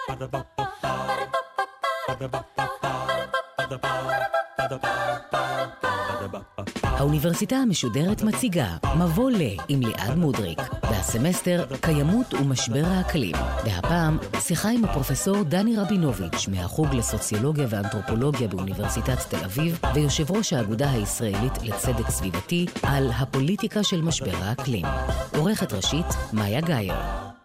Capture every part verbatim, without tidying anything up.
האוניברסיטה המשודרת מציגה מבוא ל עם ליעד מודריק, והסמסטר קיימות ומשבר האקלים, והפעם שיחה עם הפרופסור דני רבינוביץ' מהחוג לסוציולוגיה ואנתרופולוגיה באוניברסיטת תל אביב ויושב ראש האגודה הישראלית לצדק סביבתי על הפוליטיקה של משבר האקלים. עורכת ראשית מאיה גייר.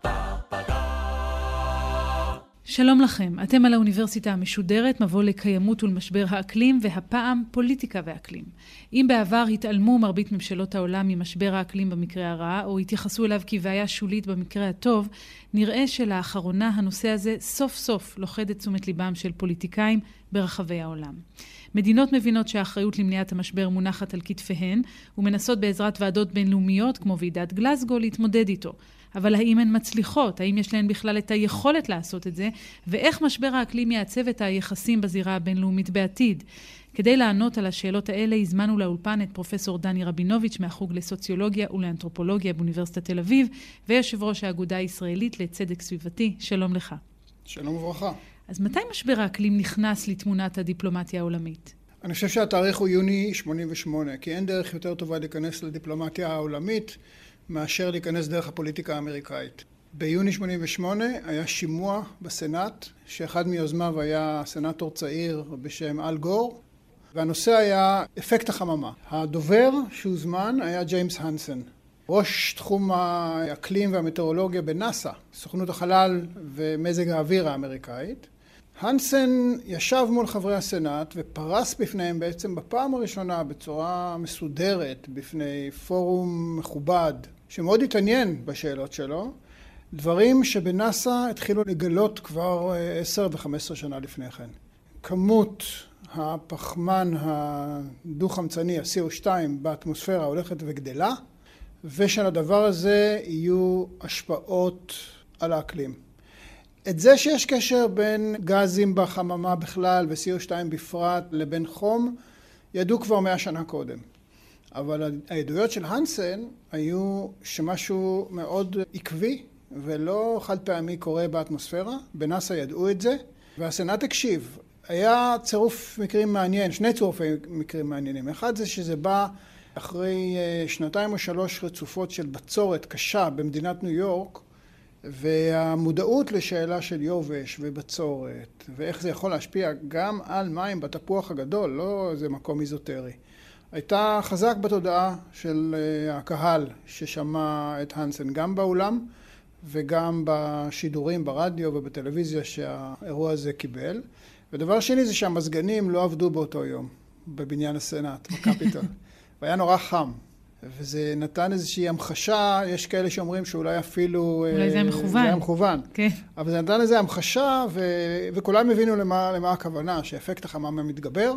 שלום לכם, אתם על האוניברסיטה המשודרת, מבוא לקיימות ולמשבר האקלים, והפעם פוליטיקה ואקלים. אם בעבר התעלמו מרבית ממשלות העולם ממשבר האקלים במקרה הרע, או התייחסו אליו כבעיה שולית במקרה הטוב, נראה שלאחרונה הנושא הזה סוף סוף לוחד את תשומת ליבם של פוליטיקאים ברחבי העולם. מדינות מבינות שהאחריות למניעת המשבר מונחת על כתפיהן, ומנסות בעזרת ועדות בינלאומיות כמו ועידת גלזגו להתמודד איתו. אבל האם הן מצליחות? האם יש להן בכלל את היכולת לעשות את זה? ואיך משבר האקלים יעצב את היחסים בזירה הבינלאומית בעתיד? כדי לענות על השאלות האלה, הזמנו לאולפן את פרופסור דני רבינוביץ' מהחוג לסוציולוגיה ולאנתרופולוגיה באוניברסיטת תל אביב, ויושב ראש האגודה הישראלית לצדק סביבתי. שלום לך. שלום וברכה. אז מתי משבר האקלים נכנס לתמונת הדיפלומטיה העולמית? אני חושב שהתאריך הוא יוני שמונים ושמונה, כי אין דרך יותר טובה להיכנס לדיפלומטיה העולמית מאשר להיכנס דרך הפוליטיקה האמריקאית. ביוני שמונים ושמונה היה שימוע בסנאט, שאחד מיוזמיו היה סנאטור צעיר בשם אל גור, והנושא היה אפקט החממה. הדובר שהוזמן היה ג'יימס הנסן, ראש תחום האקלים והמטאורולוגיה בנאסא, סוכנות החלל ומזג האוויר האמריקאית. הנסן ישב מול חברי הסנאט ופרס בפניהם בעצם בפעם הראשונה בצורה מסודרת, בפני פורום מכובד, שמאוד התעניין בשאלות שלו, דברים שבנאסא התחילו לגלות כבר עשר וחמש עשרה שנה לפני כן. כמות הפחמן הדו-חמצני, ה-סי או שתיים, באטמוספירה הולכת וגדלה, ושל הדבר הזה יהיו השפעות על האקלים. את זה שיש קשר בין גזים בחממה בכלל ו-סי או שתיים בפרט לבין חום, ידעו כבר מאה שנה קודם. אבל העדויות של הנסן היו שמשהו מאוד עקבי ולא חד פעמי קורה באטמוספירה. בנאסא ידעו את זה, והסנאט הקשיב. היה צירוף מקרים מעניין, שני צירופי מקרים מעניינים. אחד זה שזה בא אחרי שנתיים או שלוש רצופות של בצורת קשה במדינת ניו יורק, והמודעות לשאלה של יובש ובצורת, ואיך זה יכול להשפיע גם על מים בתפוח הגדול, לא איזה מקום איזוטרי, הייתה חזק בתודעה של הקהל ששמע את הנסן, גם באולם וגם בשידורים ברדיו ובטלוויזיה שהאירוע הזה קיבל. ודבר שני זה שהמזגנים לא עבדו באותו יום בבניין הסנאט, בקפיטול, והיה נורא חם. וזה נתן איזושהי המחשה, יש כאלה שאומרים שאולי אפילו... אולי זה היה מכוון. זה היה מכוון. כן. אבל זה נתן איזו המחשה, ו... וכולם הבינו למה, למה הכוונה, שאפקט החממה מתגבר,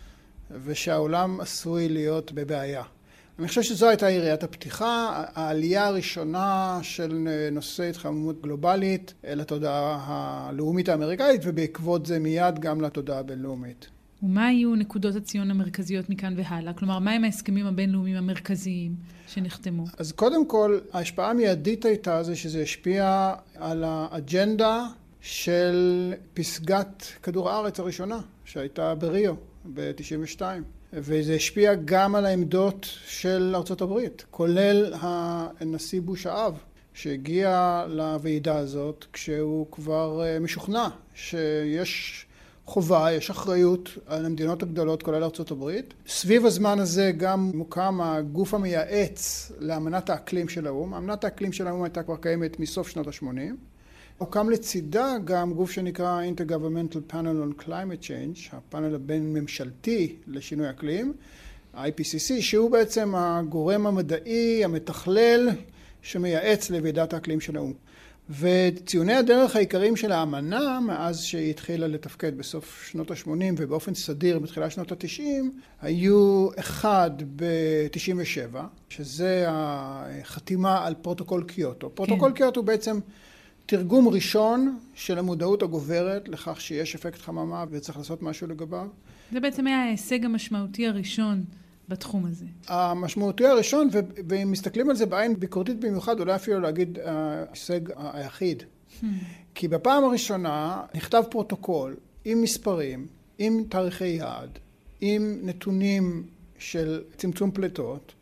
ושהעולם עשוי להיות בבעיה. אני חושב שזו הייתה יריית הפתיחה, העלייה הראשונה של נושא התחממות גלובלית לתודעה הלאומית האמריקאית, ובעקבות זה מיד גם לתודעה הבינלאומית. ומה היו נקודות הציון המרכזיות מכאן והלאה? כלומר, מה הם ההסכמים הבינלאומיים המרכזיים שנחתמו? אז קודם כל, ההשפעה המיידית הייתה זה שזה השפיע על האג'נדה של פסגת כדור הארץ הראשונה, שהייתה בריו ב-תשעים ושתיים. וזה השפיע גם על העמדות של ארצות הברית, כולל הנשיא בוש האב, שהגיע לוועידה הזאת כשהוא כבר משוכנע שיש חובה, יש אחריות על המדינות הגדולות, כולל ארצות הברית. סביב הזמן הזה גם מוקם הגוף המייעץ לאמנת האקלים של האו"ם. אמנת האקלים של האו"ם הייתה כבר קיימת מסוף שנות ה-שמונים. הוקם לצידה גם גוף שנקרא Intergovernmental Panel on Climate Change, הפאנל הבין ממשלתי לשינוי אקלים, ה-איי פי סי סי, שהוא בעצם הגורם המדעי המתכלל שמייעץ לוועידת האקלים של האו"ם. וציוני הדרך העיקריים של האמנה, מאז שהיא התחילה לתפקד בסוף שנות ה-שמונים ובאופן סדיר בתחילת שנות ה-תשעים, היו אחד ב-תשעים ושבע, שזה החתימה על פרוטוקול קיוטו. כן. פרוטוקול קיוטו הוא בעצם תרגום ראשון של המודעות הגוברת לכך שיש אפקט חממה וצריך לעשות משהו לגביו. זה בעצם היה ההישג המשמעותי הראשון בתחום הזה. המשמעותי הראשון, ואם מסתכלים על זה בעין ביקורתית במיוחד, אולי אפילו להגיד ההישג היחיד. Hmm. כי בפעם הראשונה נכתב פרוטוקול עם מספרים, עם תאריכי יעד, עם נתונים של צמצום פליטות,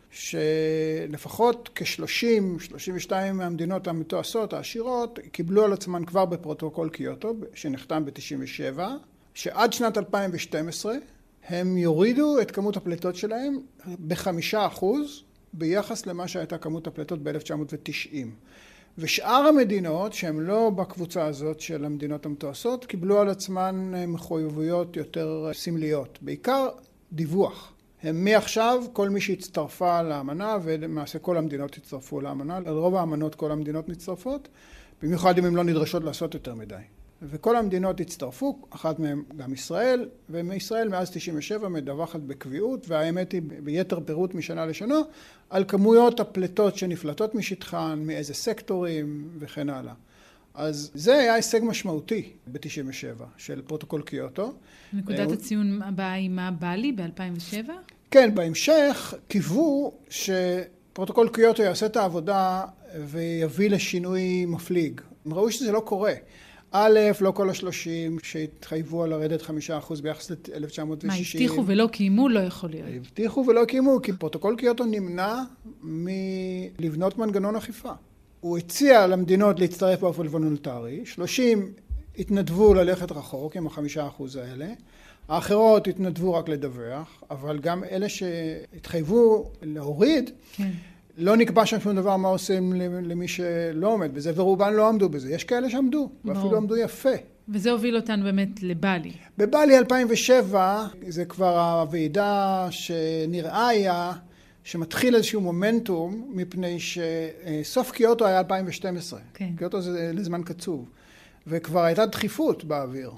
שלפחות כ-שלושים, שלושים ושתיים מהמדינות המתועשות, העשירות, קיבלו על עצמן כבר בפרוטוקול קיוטו, שנחתם ב-תשעים ושבע, שעד שנת אלפיים ושתים עשרה הם יורידו את כמות הפליטות שלהם בחמישה אחוז ביחס למה שהייתה כמות הפליטות ב-אלף תשע מאות ותשעים. ושאר המדינות, שהן לא בקבוצה הזאת של המדינות המתועשות, קיבלו על עצמן מחויבויות יותר סמליות, בעיקר דיווח. הם מעכשיו, כל מי שהצטרפה לאמנה, ולמעשה כל המדינות הצטרפו לאמנה, על רוב האמנות כל המדינות מצטרפות, במיוחד אם הן לא נדרשות לעשות יותר מדי. וכל המדינות הצטרפו, אחת מהן גם ישראל, ומישראל מאז תשעים ושבע מדווחת בקביעות, והאמת היא ביתר פירוט משנה לשנה, על כמויות הפליטות שנפלטות משטחן, מאיזה סקטורים וכן הלאה. אז זה היה הישג משמעותי ב-תשעים ושבע של פרוטוקול קיוטו. נקודת הציון הבאה היא מה בלי ב-אלפיים ושבע? כן, בהמשך קיוו שפרוטוקול קיוטו יעשה את העבודה ויביא לשינוי מפליג. הם ראו שזה לא קורה. א', לא כל השלושים שהתחייבו על לרדת חמישה אחוז ביחס ל-אלף תשע מאות ושישים. מה, הבטיחו ולא קיימו? לא יכול להיות. הבטיחו ולא קיימו, כי פרוטוקול קיוטו נמנע מלבנות מנגנון אכיפה. הוא הציע למדינות להצטרף באופן וולונטרי, שלושים התנדבו ללכת רחוק עם החמישה אחוז האלה, האחרות התנדבו רק לדווח, אבל גם אלה שהתחייבו להוריד, כן. לא נקבע שם שום דבר מה עושים למי שלא עומד בזה, ורובן לא עמדו בזה. יש כאלה שעמדו, ואפילו עמדו יפה. וזה הוביל אותנו באמת לבלי. בבלי אלפיים ושבע, זה כבר הוועידה שנראה היה שמתחיל איזשהו מומנטום, מפני שסוף קיוטו היה אלפיים ושתים עשרה. כן. קיוטו זה לזמן קצוב. וכבר הייתה דחיפות באוויר.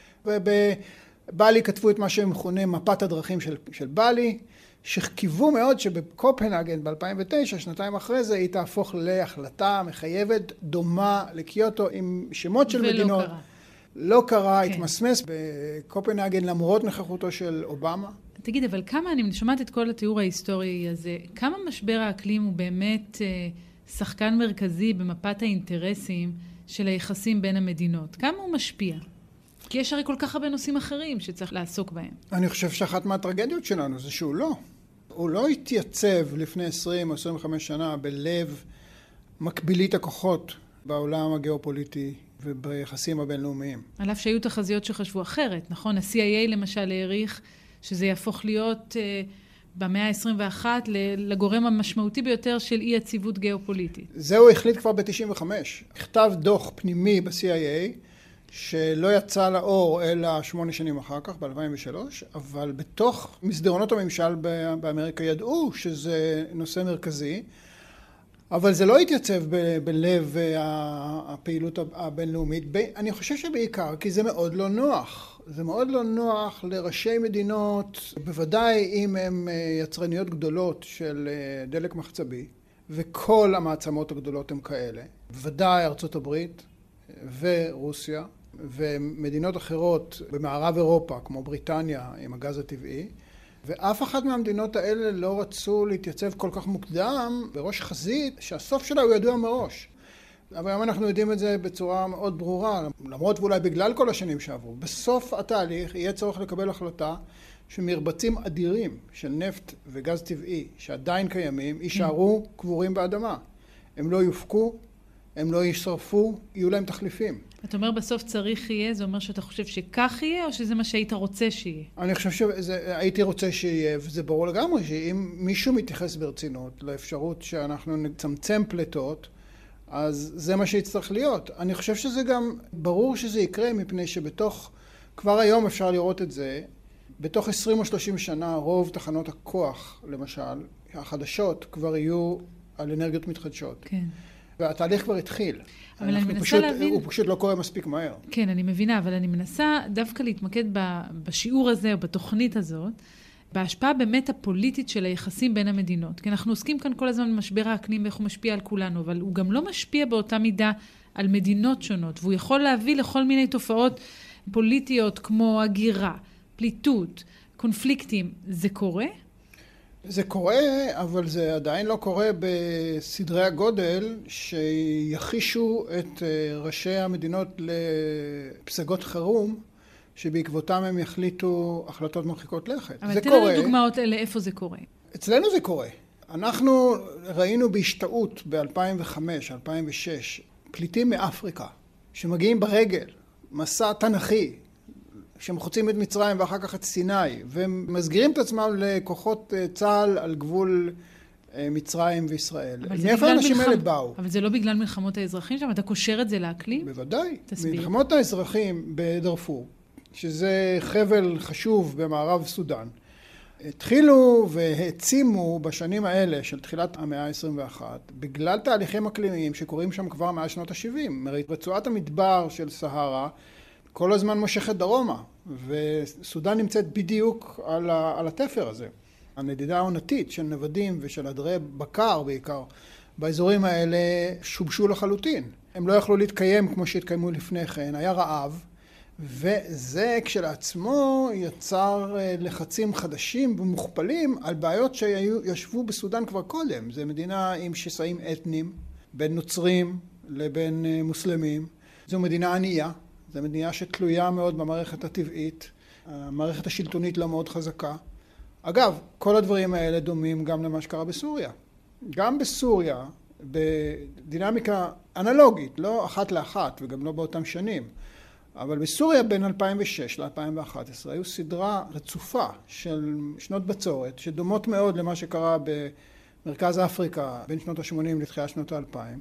ובבלי כתבו את מה שהם מכונה מפת הדרכים של, של בלי, שקיוו מאוד שבקופנהגן ב-אלפיים ותשע, שנתיים אחרי זה, היא תהפוך להחלטה מחייבת דומה לקיוטו עם שמות של ולא מדינות. קרה. לא קרה, כן. התמסמס בקופנהגן למרות נכחותו של אובמה. תגיד, אבל כמה, אני שומעת את כל התיאור ההיסטורי הזה, כמה משבר האקלים הוא באמת אה, שחקן מרכזי במפת האינטרסים של היחסים בין המדינות? כמה הוא משפיע? כי יש הרי כל כך הרבה נושאים אחרים שצריך לעסוק בהם. אני חושב שאחת מהטרגדיות שלנו זה שהוא לא. הוא לא התייצב לפני עשרים או עשרים וחמש שנה בלב מקבילית הכוחות בעולם הגיאופוליטי וביחסים הבינלאומיים. על אף שהיו תחזיות שחשבו אחרת, נכון? ה-סי איי איי למשל העריך שזה יהפוך להיות uh, במאה ה-עשרים ואחת לגורם המשמעותי ביותר של אי יציבות גיאופוליטית. זהו החליט כבר ב-תשעים וחמש. נכתב דוח פנימי ב-סי איי איי שלא יצא לאור אלא שמונה שנים אחר כך, ב-אלפיים ושלוש, אבל בתוך מסדרונות הממשל באמריקה ידעו שזה נושא מרכזי, אבל זה לא התייצב ב- בלב הפעילות הבינלאומית. אני חושב שבעיקר כי זה מאוד לא נוח. זה מאוד לא נוח לראשי מדינות, בוודאי אם הם יצרניות גדולות של דלק מחצבי, וכל המעצמות הגדולות הם כאלה. בוודאי ארצות הברית ורוסיה, ומדינות אחרות במערב אירופה, כמו בריטניה עם הגז הטבעי, ואף אחת מהמדינות האלה לא רצו להתייצב כל כך מוקדם בראש חזית שהסוף שלה הוא ידוע מראש. אבל היום אנחנו יודעים את זה בצורה מאוד ברורה, למרות ואולי בגלל כל השנים שעברו. בסוף התהליך יהיה צורך לקבל החלטה שמרבצים אדירים של נפט וגז טבעי שעדיין קיימים, יישארו קבורים באדמה. הם לא יופקו, הם לא ישרפו, יהיו להם תחליפים. אתה אומר בסוף צריך יהיה, זה אומר שאתה חושב שכך יהיה, או שזה מה שהיית רוצה שיהיה? אני חושב שהייתי רוצה שיהיה, וזה ברור לגמרי, שאם מישהו מתייחס ברצינות לאפשרות שאנחנו נצמצם פליטות, אז זה מה שיצטרך להיות. אני חושב שזה גם ברור שזה יקרה, מפני שבתוך, כבר היום אפשר לראות את זה, בתוך עשרים או שלושים שנה רוב תחנות הכוח, למשל, החדשות כבר יהיו על אנרגיות מתחדשות. כן. והתהליך כבר התחיל. אבל אני מנסה פשוט, להבין... הוא פשוט לא קורה מספיק מהר. כן, אני מבינה, אבל אני מנסה דווקא להתמקד בשיעור הזה, או בתוכנית הזאת, בהשפעה באמת הפוליטית של היחסים בין המדינות. כי אנחנו עוסקים כאן כל הזמן במשבר האקלים, ואיך הוא משפיע על כולנו, אבל הוא גם לא משפיע באותה מידה על מדינות שונות, והוא יכול להביא לכל מיני תופעות פוליטיות, כמו הגירה, פליטות, קונפליקטים. זה קורה? זה קורה, אבל זה עדיין לא קורה בסדרי הגודל שיחישו את ראשי המדינות לפסגות חירום, שבעקבותם הם יחליטו החלטות מרחיקות לכת. אבל תן לנו דוגמאות לאיפה זה קורה. אצלנו זה קורה. אנחנו ראינו בהשתאות ב-אלפיים וחמש, אלפיים ושש, פליטים מאפריקה, שמגיעים ברגל, מסע תנכי, שמחוצים את מצרים ואחר כך את סיני, ומסגירים את עצמם לכוחות צה"ל על גבול מצרים וישראל. מאיפה האנשים האלה באו? אבל זה לא בגלל מלחמות האזרחים שם? אתה קושר את זה לאקלים? בוודאי. תסביר. מלחמות האזרחים בדארפור, שזה חבל חשוב במערב סודאן, התחילו והעצימו בשנים האלה של תחילת המאה ה-עשרים ואחת, בגלל תהליכים אקלימיים שקורים שם כבר מאז שנות ה-שבעים. רצועת המדבר של סהרה כל הזמן מושכת דרומה, וסודן נמצאת בדיוק על, ה- על התפר הזה. הנדידה העונתית של נוודים ושל עדרי בקר בעיקר, באזורים האלה שובשו לחלוטין. הם לא יכלו להתקיים כמו שהתקיימו לפני כן, היה רעב, וזה כשלעצמו יצר לחצים חדשים ומוכפלים על בעיות שישבו בסודן כבר קודם. זו מדינה עם שסעים אתניים, בין נוצרים לבין מוסלמים. זו מדינה ענייה, זו מדינה שתלויה מאוד במערכת הטבעית, המערכת השלטונית לא מאוד חזקה. אגב, כל הדברים האלה דומים גם למה שקרה בסוריה. גם בסוריה, בדינמיקה אנלוגית, לא אחת לאחת וגם לא באותם שנים, אבל בסוריה בין אלפיים ושש ל-אלפיים ואחת עשרה היו סדרה רצופה של שנות בצורת, שדומות מאוד למה שקרה במרכז אפריקה בין שנות ה-שמונים לתחילת שנות ה-אלפיים,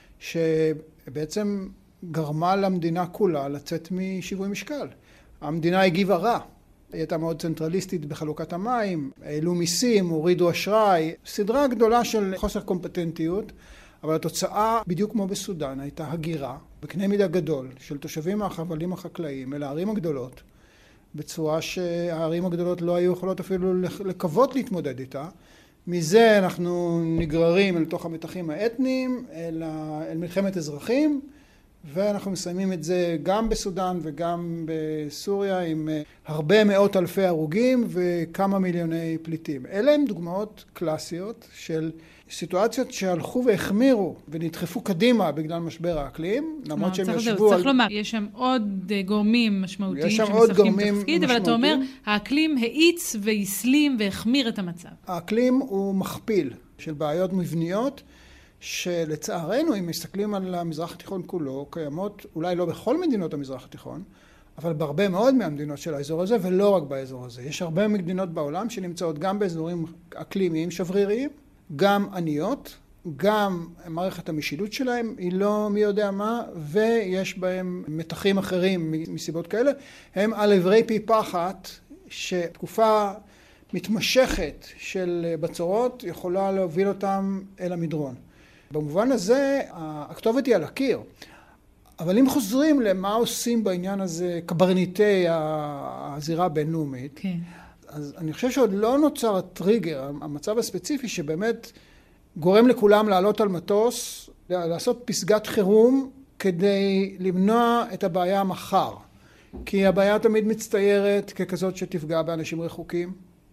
שבעצם גרמה למדינה כולה לצאת משיווי משקל. המדינה הגיבה רע, היא הייתה מאוד צנטרליסטית בחלוקת המים, העלו מיסים, הורידו אשראי, סדרה גדולה של חוסר קומפטנטיות, אבל התוצאה, בדיוק כמו בסודן, הייתה הגירה בקנה מידה גדול של תושבים מהחבלים החקלאיים אל הערים הגדולות, בצורה שהערים הגדולות לא היו יכולות אפילו לקוות להתמודד איתה. מזה אנחנו נגררים אל תוך המתחים האתניים, אל, ה... אל מלחמת אזרחים, ואנחנו מסיימים את זה גם בסודן וגם בסוריה עם הרבה מאות אלפי הרוגים וכמה מיליוני פליטים. אלה הם דוגמאות קלאסיות של סיטואציות שהלכו והחמירו ונדחפו קדימה בגלל משבר האקלים, למרות שהם ישבו על... צריך לומר, יש שם עוד גורמים משמעותיים שמשחקים תפקיד, אבל אתה אומר, האקלים האיץ והסלים והחמיר את המצב. האקלים הוא מכפיל של בעיות מבניות, שלצערנו, אם מסתכלים על המזרח התיכון כולו, קיימות אולי לא בכל מדינות המזרח התיכון, אבל בהרבה מאוד מהמדינות של האזור הזה, ולא רק באזור הזה. יש הרבה מדינות בעולם שנמצאות גם באזורים אקלימיים שבריריים, גם עניות, גם מערכת המשילות שלהם היא לא מי יודע מה, ויש בהם מתחים אחרים מסיבות כאלה. הם על עברי פי פחת, שתקופה מתמשכת של בצורות יכולה להוביל אותם אל המדרון. במובן הזה, הכתובת היא על הקיר. אבל אם חוזרים למה עושים בעניין הזה קברניטי הזירה הבינלאומית, כן. אז אני חושב שעוד לא נוצר הטריגר, המצב הספציפי שבאמת גורם לכולם לעלות על מטוס, לעשות פסגת חירום כדי למנוע את הבעיה מחר. כי הבעיה תמיד מצטיירת ככזאת שתפגע באנשים רחוקים,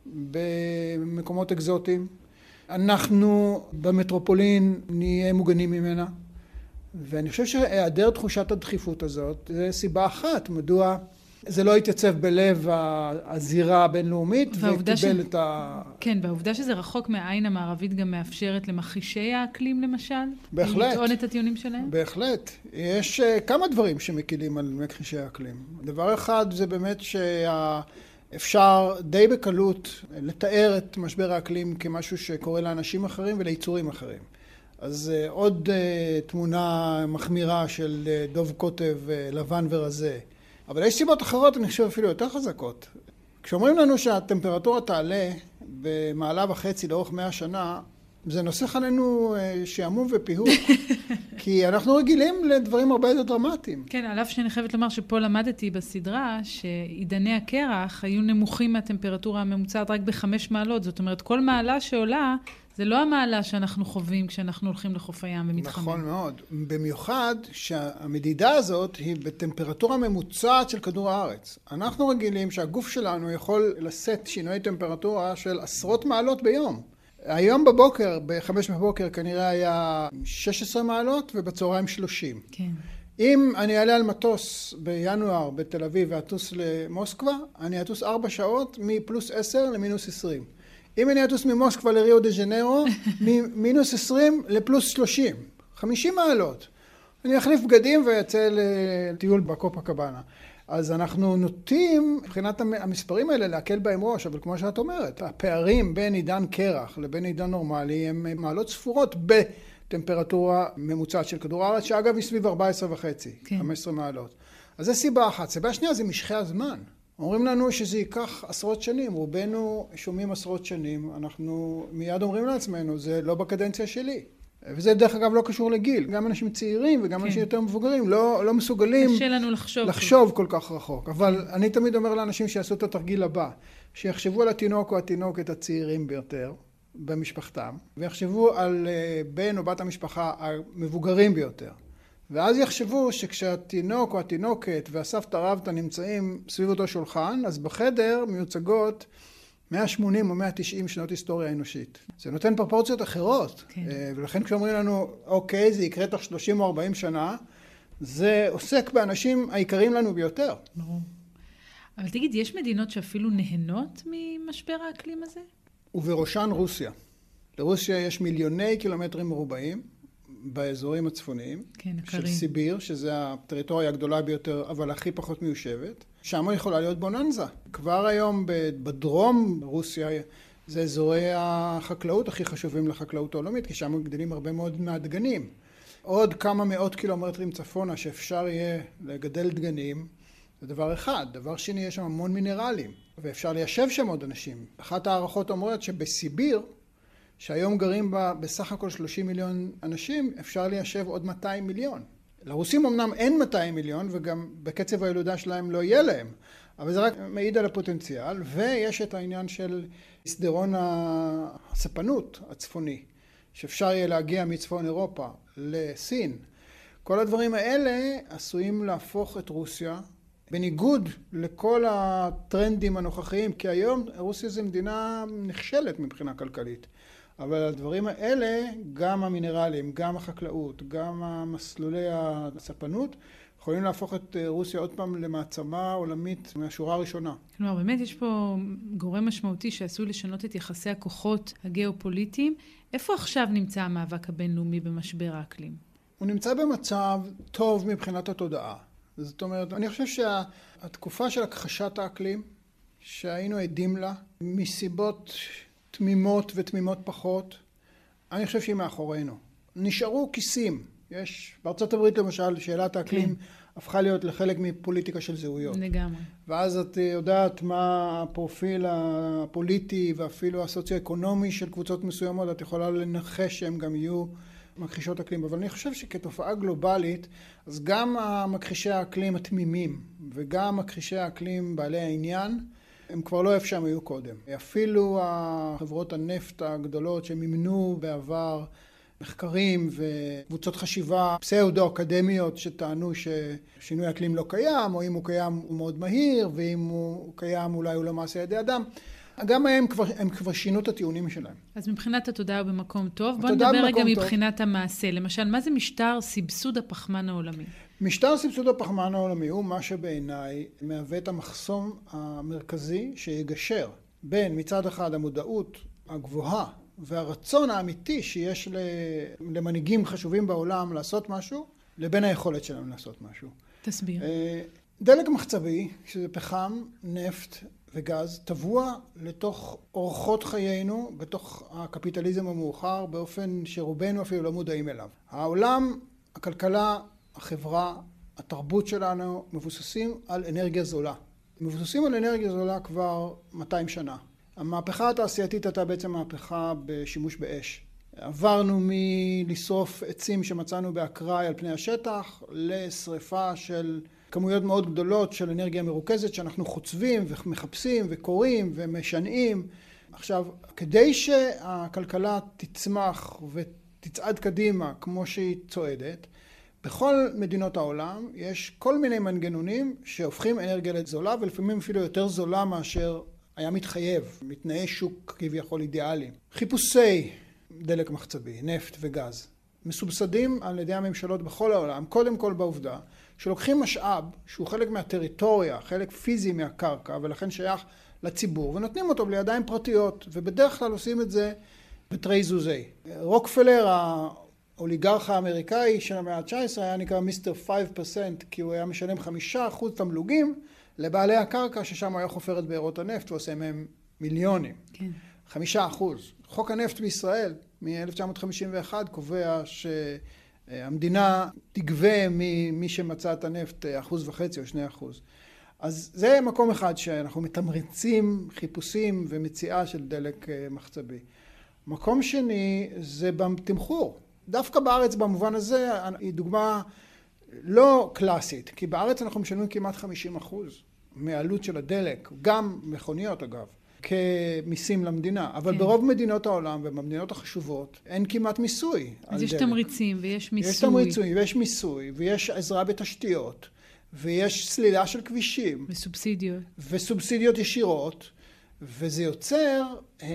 במקומות אקזוטיים. אנחנו במטרופולין נהיה מוגנים ממנה, ואני חושב שהיעדר תחושת הדחיפות הזאת זה סיבה אחת, מדוע זה לא יתייצב בלב הזירה הבינלאומית וקיבל ש... את ה... כן, והעובדה שזה רחוק מהעין המערבית גם מאפשרת למחישי האקלים למשל? בהחלט. לטעון את הטיעונים שלהם? בהחלט. יש כמה דברים שמקילים על מחישי האקלים. דבר אחד זה באמת שה... אפשר די בקלות לתאר את משבר האקלים כמשהו שקורה לאנשים אחרים וליצורים אחרים. אז עוד תמונה מחמירה של דוב קוטב לבן ורזה. אבל יש סיבות אחרות, אני חושב אפילו יותר חזקות. כשאומרים לנו שהטמפרטורה תעלה במעלה וחצי לאורך מאה שנה, זה נוסח עלינו שעמום ופיהוק, כי אנחנו רגילים לדברים הרבה יותר דרמטיים. כן, על אף שאני חייבת לומר שפה למדתי בסדרה שעידני הקרח היו נמוכים מהטמפרטורה הממוצעת רק בחמש מעלות. זאת אומרת, כל מעלה שעולה זה לא המעלה שאנחנו חווים כשאנחנו הולכים לחוף הים ומתחמם. נכון מאוד. במיוחד שהמדידה הזאת היא בטמפרטורה ממוצעת של כדור הארץ. אנחנו רגילים שהגוף שלנו יכול לשאת שינוי טמפרטורה של עשרות מעלות ביום. היום בבוקר, בחמש בבוקר, כנראה היה שש עשרה מעלות ובצהריים שלושים. כן. אם אני אעלה על מטוס בינואר בתל אביב ואטוס למוסקבה, אני אטוס ארבע שעות מפלוס עשר למינוס עשרים. אם אני אטוס ממוסקבה לריו דה ז'נרו, ממינוס עשרים לפלוס שלושים. חמישים מעלות. אני אחליף בגדים ויצא לטיול בקופה קבאנה. אז אנחנו נוטים, מבחינת המספרים האלה, להקל בהם ראש, אבל כמו שאת אומרת, הפערים בין עידן קרח לבין עידן נורמלי הם מעלות ספורות בטמפרטורה ממוצעת של כדור הארץ, שאגב היא סביב ארבע עשרה וחצי, כן. חמש עשרה מעלות. אז זה סיבה אחת. סיבה שנייה זה משכי הזמן. אומרים לנו שזה ייקח עשרות שנים, רובנו שומעים עשרות שנים, אנחנו מיד אומרים לעצמנו, זה לא בקדנציה שלי. וזה דרך אגב לא קשור לגיל, גם אנשים צעירים וגם כן. אנשים יותר מבוגרים לא, לא מסוגלים קשה לנו לחשוב, לחשוב כל כך רחוק. אבל אני תמיד אומר לאנשים שיעשו את התרגיל הבא, שיחשבו על התינוק או התינוקת הצעירים ביותר במשפחתם, ויחשבו על בן או בת המשפחה המבוגרים ביותר. ואז יחשבו שכשהתינוק או התינוקת והסבתא רבתא נמצאים סביב אותו שולחן, אז בחדר מיוצגות מאה ושמונים או מאה ותשעים שנות היסטוריה האנושית. זה נותן פרופורציות אחרות. כן. ולכן כשאומרים לנו, אוקיי, זה יקרה תוך שלושים או ארבעים שנה, זה עוסק באנשים העיקריים לנו ביותר. ברור. אבל תגיד, יש מדינות שאפילו נהנות ממשבר האקלים הזה? ובראשן רוסיה. לרוסיה יש מיליוני קילומטרים מרובעים, באזורים הצפוניים, כן, של סיביר, שזה הטריטוריה הגדולה ביותר, אבל הכי פחות מיושבת. שם יכולה להיות בוננזה. כבר היום בדרום רוסיה, זה אזורי החקלאות הכי חשובים לחקלאות העולמית, כי שם גדלים הרבה מאוד מהדגנים. עוד כמה מאות קילומטרים צפונה שאפשר יהיה לגדל דגנים, זה דבר אחד. דבר שני, יש שם המון מינרלים, ואפשר ליישב שם עוד אנשים. אחת הערכות אומרת שבסיביר, שהיום גרים בה בסך הכל שלושים מיליון אנשים, אפשר ליישב עוד מאתיים מיליון. לרוסים אמנם אין מאתיים מיליון, וגם בקצב הילודה שלהם לא יהיה להם, אבל זה רק מעיד על הפוטנציאל, ויש את העניין של סדרון הספנות הצפוני, שאפשר יהיה להגיע מצפון אירופה לסין. כל הדברים האלה עשויים להפוך את רוסיה, בניגוד לכל הטרנדים הנוכחיים, כי היום רוסיה זו מדינה נכשלת מבחינה כלכלית. אבל הדברים האלה, גם המינרלים, גם החקלאות, גם המסלולי הספנות, יכולים להפוך את רוסיה עוד פעם למעצמה עולמית מהשורה הראשונה. כלומר, באמת יש פה גורם משמעותי שעשוי לשנות את יחסי הכוחות הגיאופוליטיים. איפה עכשיו נמצא המאבק הבינלאומי במשבר האקלים? הוא נמצא במצב טוב מבחינת התודעה. זאת אומרת, אני חושב שהתקופה של הכחשת האקלים, שהיינו עדים לה, מסיבות תמימות ותמימות פחות, אני חושב שהיא מאחורינו. נשארו כיסים. יש, בארצות הברית למשל, שאלת האקלים כן. הפכה להיות לחלק מפוליטיקה של זהויות. לגמרי. ואז את יודעת מה הפרופיל הפוליטי ואפילו הסוציו-אקונומי של קבוצות מסוימות, את יכולה לנחש שהם גם יהיו מכחישות אקלים. אבל אני חושב שכתופעה גלובלית, אז גם המכחישי האקלים התמימים וגם מכחישי האקלים בעלי העניין, הם כבר לא איפה שהם היו קודם. אפילו החברות הנפט הגדולות שמימנו בעבר מחקרים וקבוצות חשיבה פסאודו-אקדמיות שטענו ששינוי האקלים לא קיים, או אם הוא קיים הוא מאוד מהיר, ואם הוא קיים אולי הוא לא מעשה ידי אדם. גם הם כבר, הם כבר שינו את הטיעונים שלהם. אז מבחינת התודעה הוא במקום טוב. בוא נדבר רגע מבחינת המעשה. למשל, מה זה משטר סבסוד הפחמן העולמי? משטר סבסוד הפחמן העולמי הוא מה שבעיניי מהווה את המחסום המרכזי שיגשר בין מצד אחד המודעות הגבוהה והרצון האמיתי שיש למנהיגים חשובים בעולם לעשות משהו, לבין היכולת שלהם לעשות משהו. תסביר. דלק מחצבי, שזה פחם, נפט וגז, טבוע לתוך אורחות חיינו, בתוך הקפיטליזם המאוחר, באופן שרובנו אפילו לא מודעים אליו. העולם, הכלכלה, החברה, התרבות שלנו מבוססים על אנרגיה זולה. מבוססים על אנרגיה זולה כבר מאתיים שנה. המהפכה התעשייתית הייתה בעצם מהפכה בשימוש באש. עברנו מלשרוף עצים שמצאנו באקראי על פני השטח, לשריפה של כמויות מאוד גדולות של אנרגיה מרוכזת שאנחנו חוצבים ומחפשים וקוראים ומשנעים. עכשיו, כדי שהכלכלה תצמח ותצעד קדימה כמו שהיא צועדת, בכל מדינות העולם יש כל מיני מנגנונים שהופכים אנרגיה לזולה, ולפעמים אפילו יותר זולה מאשר היה מתחייב, מתנאי שוק כביכול אידיאליים. חיפושי דלק מחצבי, נפט וגז, מסובסדים על ידי הממשלות בכל העולם, קודם כל בעובדה, שלוקחים משאב שהוא חלק מהטריטוריה, חלק פיזי מהקרקע, ולכן שייך לציבור, ונותנים אותו לידיים פרטיות, ובדרך כלל עושים את זה בתרי זוזי. רוקפלר, האוליגרך האמריקאי של המאה ה-תשע עשרה, היה נקרא מיסטר חמש פרסנט, כי הוא היה משלם חמישה אחוז תמלוגים לבעלי הקרקע, ששם היה חופר את בארות הנפט, ועושה מהם מיליונים. כן. חמישה אחוז. חוק הנפט בישראל, מ-אלף תשע מאות חמישים ואחת, קובע שהמדינה תגבה ממי שמצא את הנפט אחוז וחצי או שני אחוז. אז זה מקום אחד שאנחנו מתמרצים חיפושים ומציאה של דלק מחצבי. מקום שני זה בתמחור. דווקא בארץ במובן הזה היא דוגמה לא קלאסית, כי בארץ אנחנו משלמים כמעט חמישים אחוז מהעלות של הדלק, גם מכוניות אגב, כמיסים למדינה. אבל כן. ברוב מדינות העולם ובמדינות החשובות אין כמעט מיסוי. אז יש דלק. תמריצים ויש מיסוי. יש תמריצים ויש מיסוי ויש עזרה בתשתיות. ויש סלילה של כבישים. וסובסידיות. וסובסידיות ישירות, וזה יוצר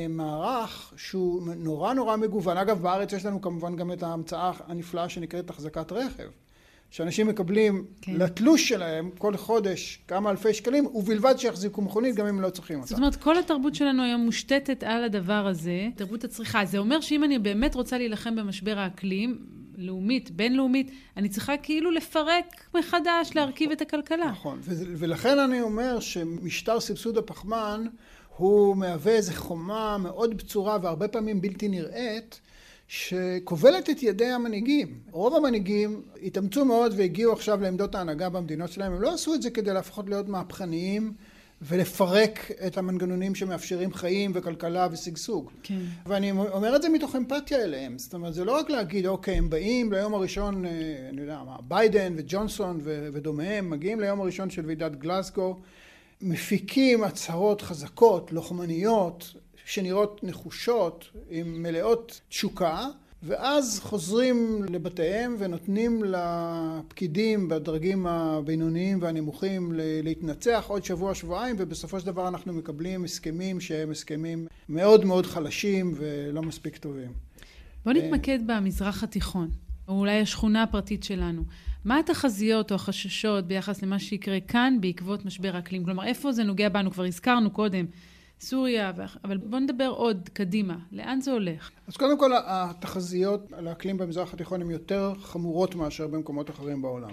מערך שהוא נורא נורא מגוון. אגב, בארץ יש לנו כמובן גם את ההמצאה הנפלאה שנקראת החזקת רכב, שאנשים מקבלים כן. לתלוש שלהם כל חודש כמה אלפי שקלים, ובלבד שיחזיקו מכונית גם אם לא צריכים אותה. זאת אומרת, כל התרבות שלנו היום מושתתת על הדבר הזה, תרבות הצריכה. זה אומר שאם אני באמת רוצה להילחם במשבר האקלים, לאומית, בינלאומית, אני צריכה כאילו לפרק מחדש, להרכיב את הכלכלה. נכון, ולכן אני אומר שמשטר סבסוד הפחמן הוא מהווה איזו חומה מאוד בצורה והרבה פעמים בלתי נראית, שכובלת את ידי המנהיגים. רוב המנהיגים התאמצו מאוד והגיעו עכשיו לעמדות ההנהגה במדינות שלהם. הם לא עשו את זה כדי להפחות להיות מהפכניים ולפרק את המנגנונים שמאפשרים חיים וכלכלה ושגשוג. כן. ואני אומר את זה מתוך אמפתיה אליהם. זאת אומרת, זה לא רק להגיד, אוקיי, הם באים ליום הראשון, אני יודע מה, ביידן וג'ונסון ודומיהם, מגיעים ליום הראשון של ועידת גלסגו, מפיקים הצהרות חזקות, לוחמניות, שנראות נחושות, עם מלאות תשוקה, ואז חוזרים לבתיהם ונותנים לפקידים בדרגים הבינוניים והנמוכים להתנצח עוד שבוע, שבועיים, ובסופו של דבר אנחנו מקבלים הסכמים שהם הסכמים מאוד מאוד חלשים ולא מספיק טובים. בוא נתמקד במזרח התיכון, או אולי השכונה הפרטית שלנו. מה התחזיות או החששות ביחס למה שיקרה כאן בעקבות משבר האקלים? כלומר, איפה זה נוגע בנו? כבר הזכרנו קודם. סוריה, אבל בוא נדבר עוד קדימה. לאן זה הולך? אז קודם כל, התחזיות על האקלים במזרח התיכון הן יותר חמורות מאשר במקומות אחרים בעולם.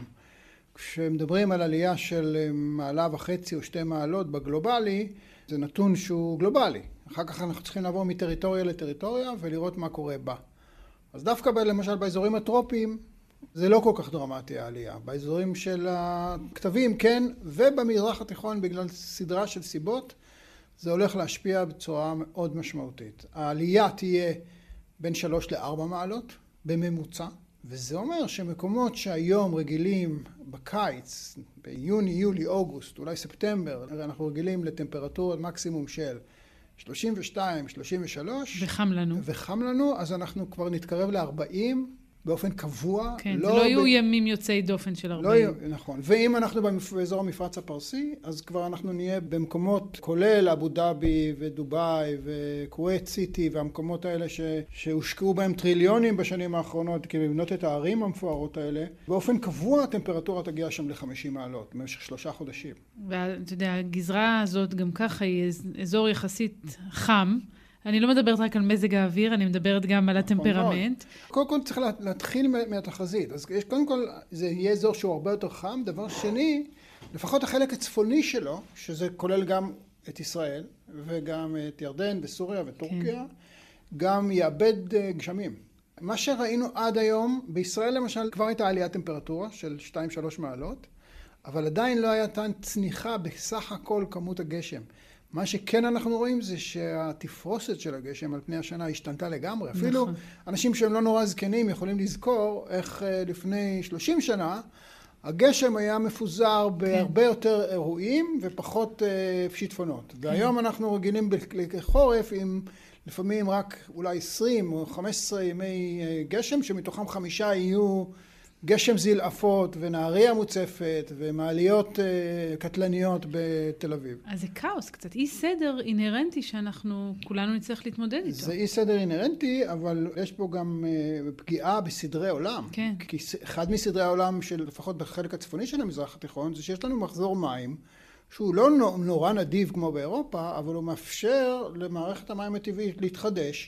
כשמדברים על עלייה של מעלה וחצי או שתי מעלות בגלובלי, זה נתון שהוא גלובלי. אחר כך אנחנו צריכים לעבור מטריטוריה לטריטוריה ולראות מה קורה בה. אז דווקא למשל באזורים הטרופיים, זה לא כל כך דרמטי העלייה. באזורים של הכתבים כן, ובמזרח התיכון בגלל סדרה של סיבות, זה הולך להשפיע בצורה מאוד משמעותית. העלייה תהיה בין שלוש לארבע מעלות בממוצע, וזה אומר שמקומות שהיום רגילים בקיץ, ביוני, יולי, אוגוסט, אולי ספטמבר, אנחנו רגילים לטמפרטורת מקסימום של שלושים ושתיים, שלושים ושלוש. וחם לנו. וחם לנו, אז אנחנו כבר נתקרב ל-ארבעים באופן קבוע. כן, לא זה לא יהיו ב... ימים יוצאי דופן של ארבעים. לא, נכון. ואם אנחנו באזור המפרץ הפרסי, אז כבר אנחנו נהיה במקומות, כולל אבו דאבי ודובאי וכווית סיטי, והמקומות האלה ש... שהושקעו בהם טריליונים בשנים האחרונות, כי לבנות את הערים המפוארות האלה, באופן קבוע הטמפרטורה תגיע שם ל-חמישים מעלות, במשך שלושה חודשים. ואתה יודע, הגזרה הזאת גם ככה היא אזור יחסית חם, אני לא מדברת רק על מזג האוויר, אני מדברת גם על הטמפרמנט. קודם כל צריך להתחיל מהתחזית. אז יש, קודם כל זה יהיה אזור שהוא הרבה יותר חם. דבר שני, לפחות החלק הצפוני שלו, שזה כולל גם את ישראל, וגם את ירדן וסוריה וטורקיה, כן. גם יאבד גשמים. מה שראינו עד היום, בישראל למשל כבר הייתה עליית טמפרטורה של שתיים שלוש מעלות, אבל עדיין לא הייתה צניחה בסך הכל כמות הגשם. מה שכן אנחנו רואים זה שהתפרוסת של הגשם על פני השנה השתנתה לגמרי. נכון. אפילו אנשים שהם לא נורא זקנים יכולים לזכור איך לפני שלושים שנה הגשם היה מפוזר בהרבה יותר אירועים ופחות שיטפונות. והיום אנחנו רגילים לחורף עם לפעמים רק אולי עשרים או חמש עשרה ימי גשם, שמתוכם חמישה יהיו גשם זלעפות ונהריה מוצפת ומעליות קטלניות בתל אביב. אז זה כאוס, קצת אי סדר אינרנטי שאנחנו כולנו נצטרך להתמודד איתו. זה אי סדר אינרנטי, אבל יש פה גם פגיעה בסדרי עולם. כן. כי אחד מסדרי העולם של לפחות בחלק הצפוני של המזרח התיכון זה שיש לנו מחזור מים שהוא לא נורא נדיב כמו באירופה, אבל הוא מאפשר למערכת המים הטבעית להתחדש,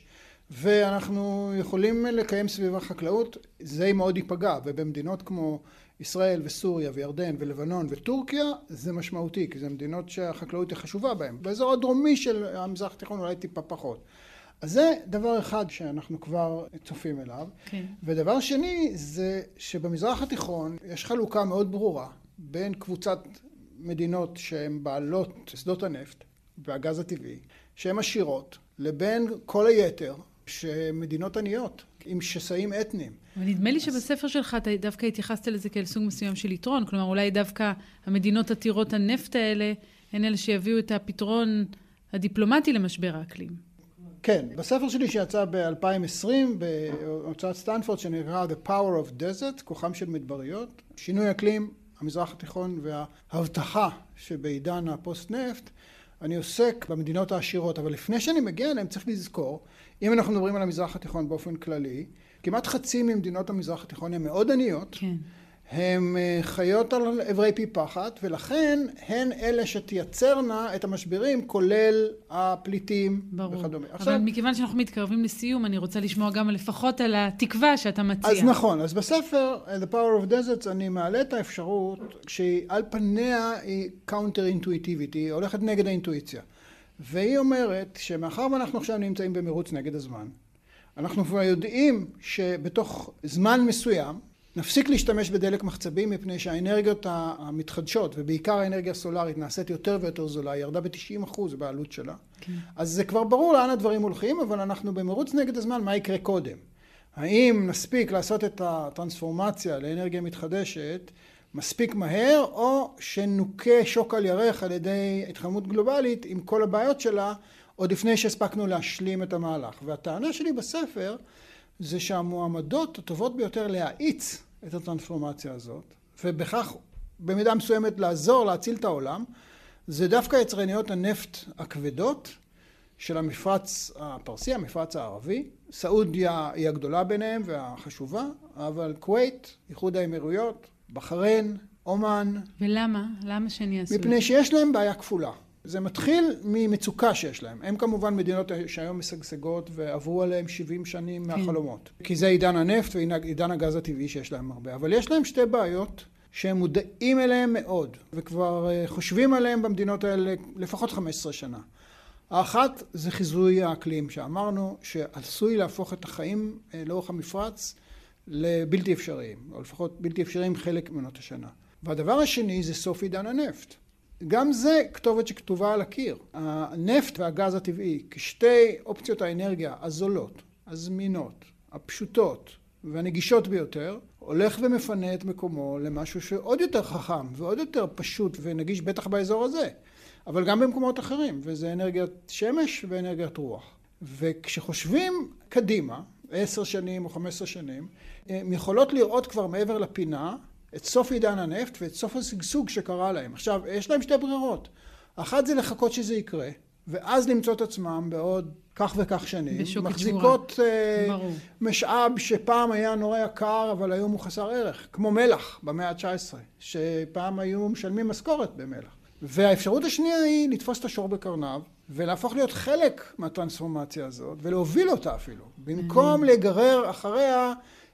ואנחנו יכולים לקיים סביבה חקלאות. זה מאוד ייפגע, ובמדינות כמו ישראל וסוריה וירדן ולבנון וטורקיה זה משמעותי, כי זה מדינות שהחקלאות היא חשובה בהן. באזור הדרומי של המזרח התיכון אולי טיפה פחות. אז זה דבר אחד שאנחנו כבר צופים אליו. כן. ודבר שני זה שבמזרח התיכון יש חלוקה מאוד ברורה בין קבוצת מדינות שהן בעלות שדות הנפט והגז הטבעי, שהן עשירות, לבין כל היתר שמדינות עניות, עם שסעים אתניים. ונדמה לי שבספר שלך אתה דווקא התייחסת לזה כאל סוג מסוים של יתרון, כלומר אולי דווקא המדינות עתירות הנפט האלה הן אלה שיביאו את הפתרון הדיפלומטי למשבר האקלים. כן, בספר שלי שיצא ב-אלפיים ועשרים בהוצאת סטנפורד שנקרא The Power of Desert, כוחם של מדבריות, שינוי אקלים, המזרח התיכון וההבטחה שבעידן הפוסט נפט, אני עוסק במדינות העשירות, אבל לפני שאני מגיע אליהם צריך לזכור, אם אנחנו מדברים על המזרח התיכון באופן כללי, כמעט חצי ממדינות המזרח התיכון הן מאוד עניות, כן. הן חיות על עברי פי פחת, ולכן הן אלה שתייצרנה את המשברים, כולל הפליטים וכדומה. אבל עכשיו, מכיוון שאנחנו מתקרבים לסיום, אני רוצה לשמוע גם לפחות על התקווה שאתה מציע. אז נכון, אז בספר The Power of Deserts אני מעלה את האפשרות שהיא על פניה היא counter-intuitivity, היא הולכת נגד האינטואיציה. והיא אומרת שמאחר ואנחנו עכשיו נמצאים במרוץ נגד הזמן, אנחנו כבר יודעים שבתוך זמן מסוים, נפסיק להשתמש בדלק מחצבי מפני שהאנרגיות המתחדשות, ובעיקר האנרגיה הסולרית, נעשית יותר ויותר זולה, היא ירדה ב-תשעים אחוז בעלות שלה. כן. אז זה כבר ברור לאן הדברים הולכים, אבל אנחנו במרוץ נגד הזמן, מה יקרה קודם? האם נספיק לעשות את הטרנספורמציה לאנרגיה מתחדשת מספיק מהר, או שנוכה שוק על ירח על ידי התחממות גלובלית עם כל הבעיות שלה, עוד לפני שהספקנו להשלים את המהלך. והטענה שלי בספר זה שהמועמדות הטובות ביותר להאיץ את הטרנספורמציה הזאת, ובכך במידה מסוימת לעזור להציל את העולם, זה דווקא יצרניות הנפט הכבדות של המפרץ הפרסי, המפרץ הערבי. סעודיה היא הגדולה ביניהם והחשובה, אבל כווית, איחוד האמירויות, בחריין, אומן. ולמה? למה שהן יעשו? מפני שיש להם בעיה כפולה. זה מתחיל ממצוקה שיש להם. הם כמובן מדינות שהיום משגשגות ועברו עליהם שבעים שנים כן. מהחלומות. כי זה עידן הנפט ועידן הגז הטבעי שיש להם הרבה. אבל יש להם שתי בעיות שהם מודעים אליהם מאוד, וכבר חושבים עליהם במדינות האלה לפחות חמש עשרה שנה. האחת זה חיזוי האקלים, שאמרנו שעשוי להפוך את החיים לאורך המפרץ לבלתי אפשריים, או לפחות בלתי אפשריים חלק מעונות השנה. והדבר השני זה סוף עידן הנפט. גם זה כתובת שכתובה על הקיר. הנפט והגז הטבעי כשתי אופציות האנרגיה הזולות, הזמינות, הפשוטות והנגישות ביותר, הולך ומפנה את מקומו למשהו שעוד יותר חכם ועוד יותר פשוט ונגיש בטח באזור הזה, אבל גם במקומות אחרים, וזה אנרגיית שמש ואנרגיית רוח. וכשחושבים קדימה, עשר שנים או חמש עשרה שנים, הם יכולות לראות כבר מעבר לפינה את סוף עידן הנפט ואת סוף השגשוג שקרה להם. עכשיו, יש להם שתי ברירות. אחת זה לחכות שזה יקרה, ואז למצוא את עצמם בעוד כך וכך שנים. מחזיקות uh, משאב שפעם היה נורא יקר, אבל היום הוא חסר ערך. כמו מלח במאה ה-תשע עשרה, שפעם היו משלמים משכורת במלח. והאפשרות השנייה היא לתפוס את השור בקרניו, ולהפוך להיות חלק מהטרנספורמציה הזאת, ולהוביל אותה אפילו. במקום לגרר אחריה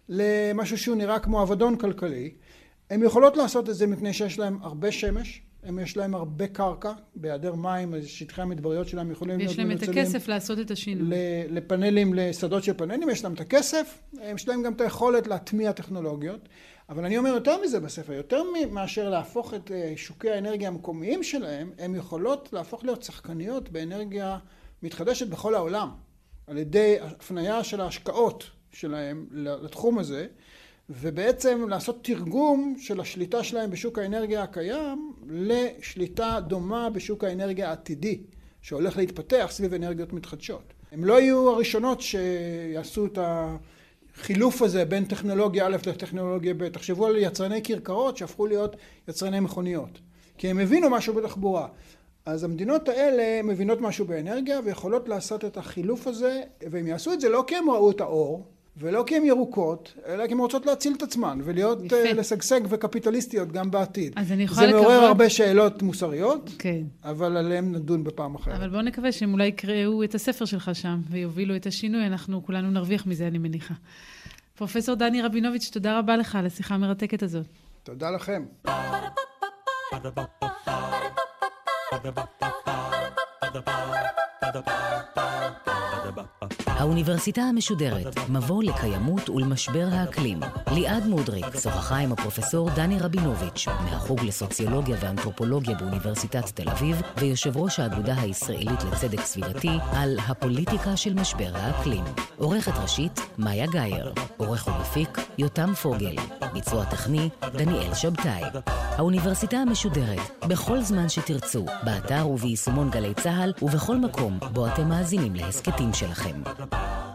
למשהו שהוא נראה כמו עבדון כלכלי, הם יכולות לעשות את זה מפני שיש להם הרבה שמש, הם יש להם הרבה קרקע, בהיעדר מים, שטחי המדבריות שלהם יכולים להיות מנוצלים. ויש להם את הכסף לעשות את השינוי. לפנלים, לשדות של פאנלים, יש להם את הכסף, יש להם גם את היכולת להטמיע טכנולוגיות. אבל אני אומר יותר מזה בספר, יותר מאשר להפוך את שוקי האנרגיה המקומיים שלהם, הם יכולות להפוך להיות שחקניות באנרגיה מתחדשת בכל העולם, על ידי הפניה של ההשקעות שלהם לתחום הזה, ובעצם לעשות תרגום של השליטה שלהם בשוק האנרגיה הקיים לשליטה דומה בשוק האנרגיה העתידי, שהולך להתפתח סביב אנרגיות מתחדשות. הם לא יהיו הראשונות שיעשו את החילוף הזה בין טכנולוגיה א' לטכנולוגיה ב'. תחשבו על יצרני קרקעות שהפכו להיות יצרני מכוניות, כי הם הבינו משהו בתחבורה. אז המדינות האלה מבינות משהו באנרגיה ויכולות לעשות את החילוף הזה, והם יעשו את זה לא כי הם ראו את האור, ולא כי הם ירוקות, אלא כי הם רוצות להציל את עצמן, ולהיות לשגשג וקפיטליסטיות גם בעתיד. אז אני יכולה זה לקוות... מעורר הרבה שאלות מוסריות, כן. אבל עליהם נדון בפעם אחרת. אבל בואו נקווה שהם אולי יקראו את הספר שלך שם, ויובילו את השינוי, אנחנו כולנו נרוויח מזה, אני מניחה. פרופסור דני רבינוביץ', תודה רבה לך על השיחה המרתקת הזאת. תודה לכם. האוניברסיטה המשודרת, מבוא לקיימות ולמשבר האקלים. ליעד מודריק שוחחה עם הפרופסור דני רבינוביץ' מהחוג לסוציולוגיה ואנתרופולוגיה באוניברסיטת תל אביב ויושב ראש האגודה הישראלית לצדק סביבתי על הפוליטיקה של משבר האקלים. עורכת ראשית מאיה גייר, עורך ומפיק יותם פוגל, ביצוע טכני דניאל שבתאי. האוניברסיטה המשודרת, בכל זמן שתרצו, באתר וביישומון גלי צהל ובכל מקום בו אתם מאזינים להסקטים שלכם.